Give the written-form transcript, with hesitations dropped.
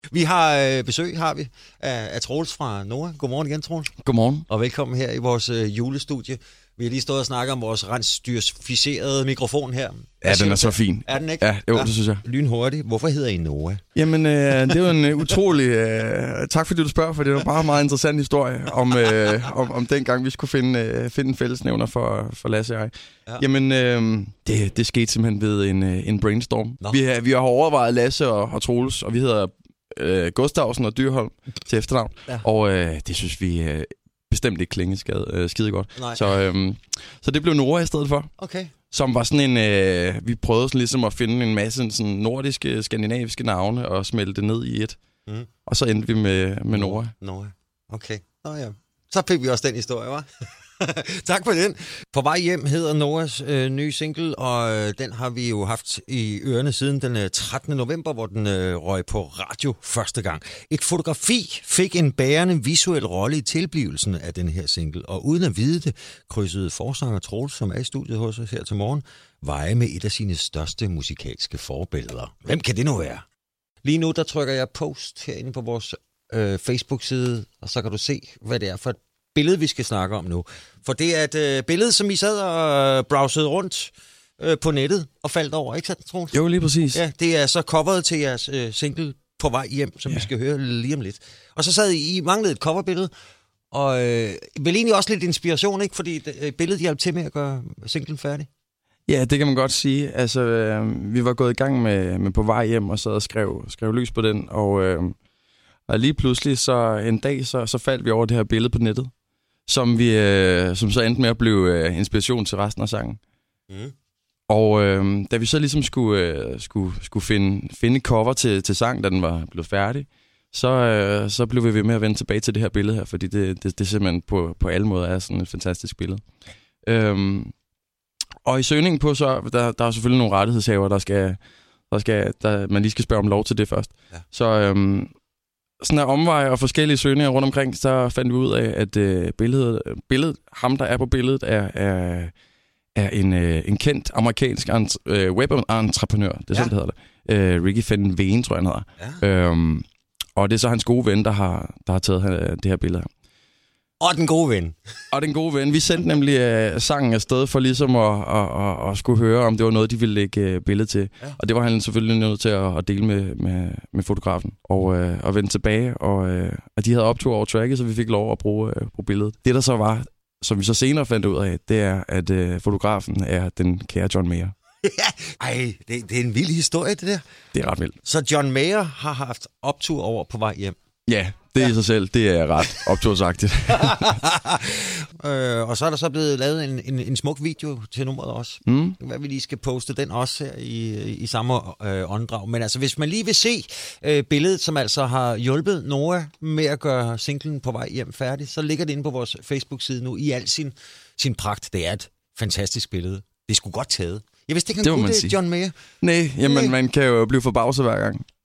Vi har besøg, af Troels fra Noah. Godmorgen igen, Troels. Godmorgen. Og velkommen her i vores julestudie. Vi har lige stået og snakket om vores rensdyrsficerede mikrofon her. Ja, den er så fin. Er den ikke? Ja, jo, det synes jeg. Lynhurtigt. Hvorfor hedder I Noah? Jamen, det er jo en utrolig... tak fordi du spørger, for det er jo bare en meget interessant historie om dengang vi skulle finde en fællesnævner for Lasse og jeg. Ja. Jamen, det skete simpelthen ved en brainstorm. Vi har overvejet Lasse og Troels, og vi hedder Gustavsen og Dyrholm til efternavn. Ja. Og det synes vi... bestemt ikke klinge skide godt. Så det blev Noah i stedet for. Okay. Som var sådan en... vi prøvede sådan ligesom at finde en masse sådan nordiske, skandinaviske navne og smelte det ned i et. Mm. Og så endte vi med Noah. Noah. Okay. Nå ja. Så fik vi også den historie, hva'? Tak for den. På vej hjem hedder Noahs nye single, og den har vi jo haft i ørerne siden den 13. november, hvor den røg på radio første gang. Et fotografi fik en bærende visuel rolle i tilblivelsen af den her single, og uden at vide det, krydsede forsanger Troels, som er i studiet hos os her til morgen, veje med et af sine største musikalske forbilleder. Hvem kan det nu være? Lige nu, der trykker jeg post herinde på vores Facebook-side, og så kan du se, hvad det er for et billede, vi skal snakke om nu. For det er et billede, som I sad og browsede rundt på nettet og faldt over, ikke sandt, Troels? Jo, lige præcis. Ja, det er så coveret til jeres single På vej hjem, som vi skal høre lige om lidt. Og så sad I manglede et coverbillede, og vel egentlig også lidt inspiration, ikke? Fordi billedet hjalp til med at gøre singlen færdig. Ja, det kan man godt sige. Altså, vi var gået i gang med På vej hjem og sad og skrev løs på den, og lige pludselig så en dag, så faldt vi over det her billede på nettet, som så endte med at blive inspiration til resten af sangen. Mm. Og da vi så ligesom skulle finde cover til sang, da den var blevet færdig, så blev vi ved med at vende tilbage til det her billede her, fordi det simpelthen på alle måder er sådan et fantastisk billede. Og i søgningen på der er selvfølgelig nogle rettighedshaver, der man lige skal spørge om lov til det først. Ja. Så sådan en omvej og forskellige søgninger rundt omkring, så fandt vi ud af, at billedet, ham der er på billedet, er en kendt amerikansk web-entreprenør. Det er sådan, det hedder det. Ricky Fenton Vane, tror jeg, han hedder. Ja. Og det er så hans gode ven, der har taget det her billede her. Og den gode ven. Og den gode ven. Vi sendte nemlig sangen afsted for ligesom at skulle høre, om det var noget, de ville lægge billede til. Ja. Og det var han selvfølgelig nødt til at dele med fotografen og vende tilbage. Og de havde optur over tracket, så vi fik lov at bruge billedet. Det der så var, som vi så senere fandt ud af, det er, at fotografen er den kære John Mayer. Ej, det er en vild historie, det der. Det er ret vildt. Så John Mayer har haft optur over På vej hjem. Ja, det i sig selv, det er ret optursagtigt. Og så er der så blevet lavet en smuk video til nummeret også. Mm. Hvad vi lige skal poste den også her i samme åndedrag. Men altså, hvis man lige vil se billedet, som altså har hjulpet Noah med at gøre singlen På vej hjem færdig, så ligger det inde på vores Facebook-side nu i al sin pragt. Det er et fantastisk billede. Det er sgu godt taget. Jeg vidste ikke, han kunne det, John Mayer. Nej, jamen man kan jo blive forbavset hver gang.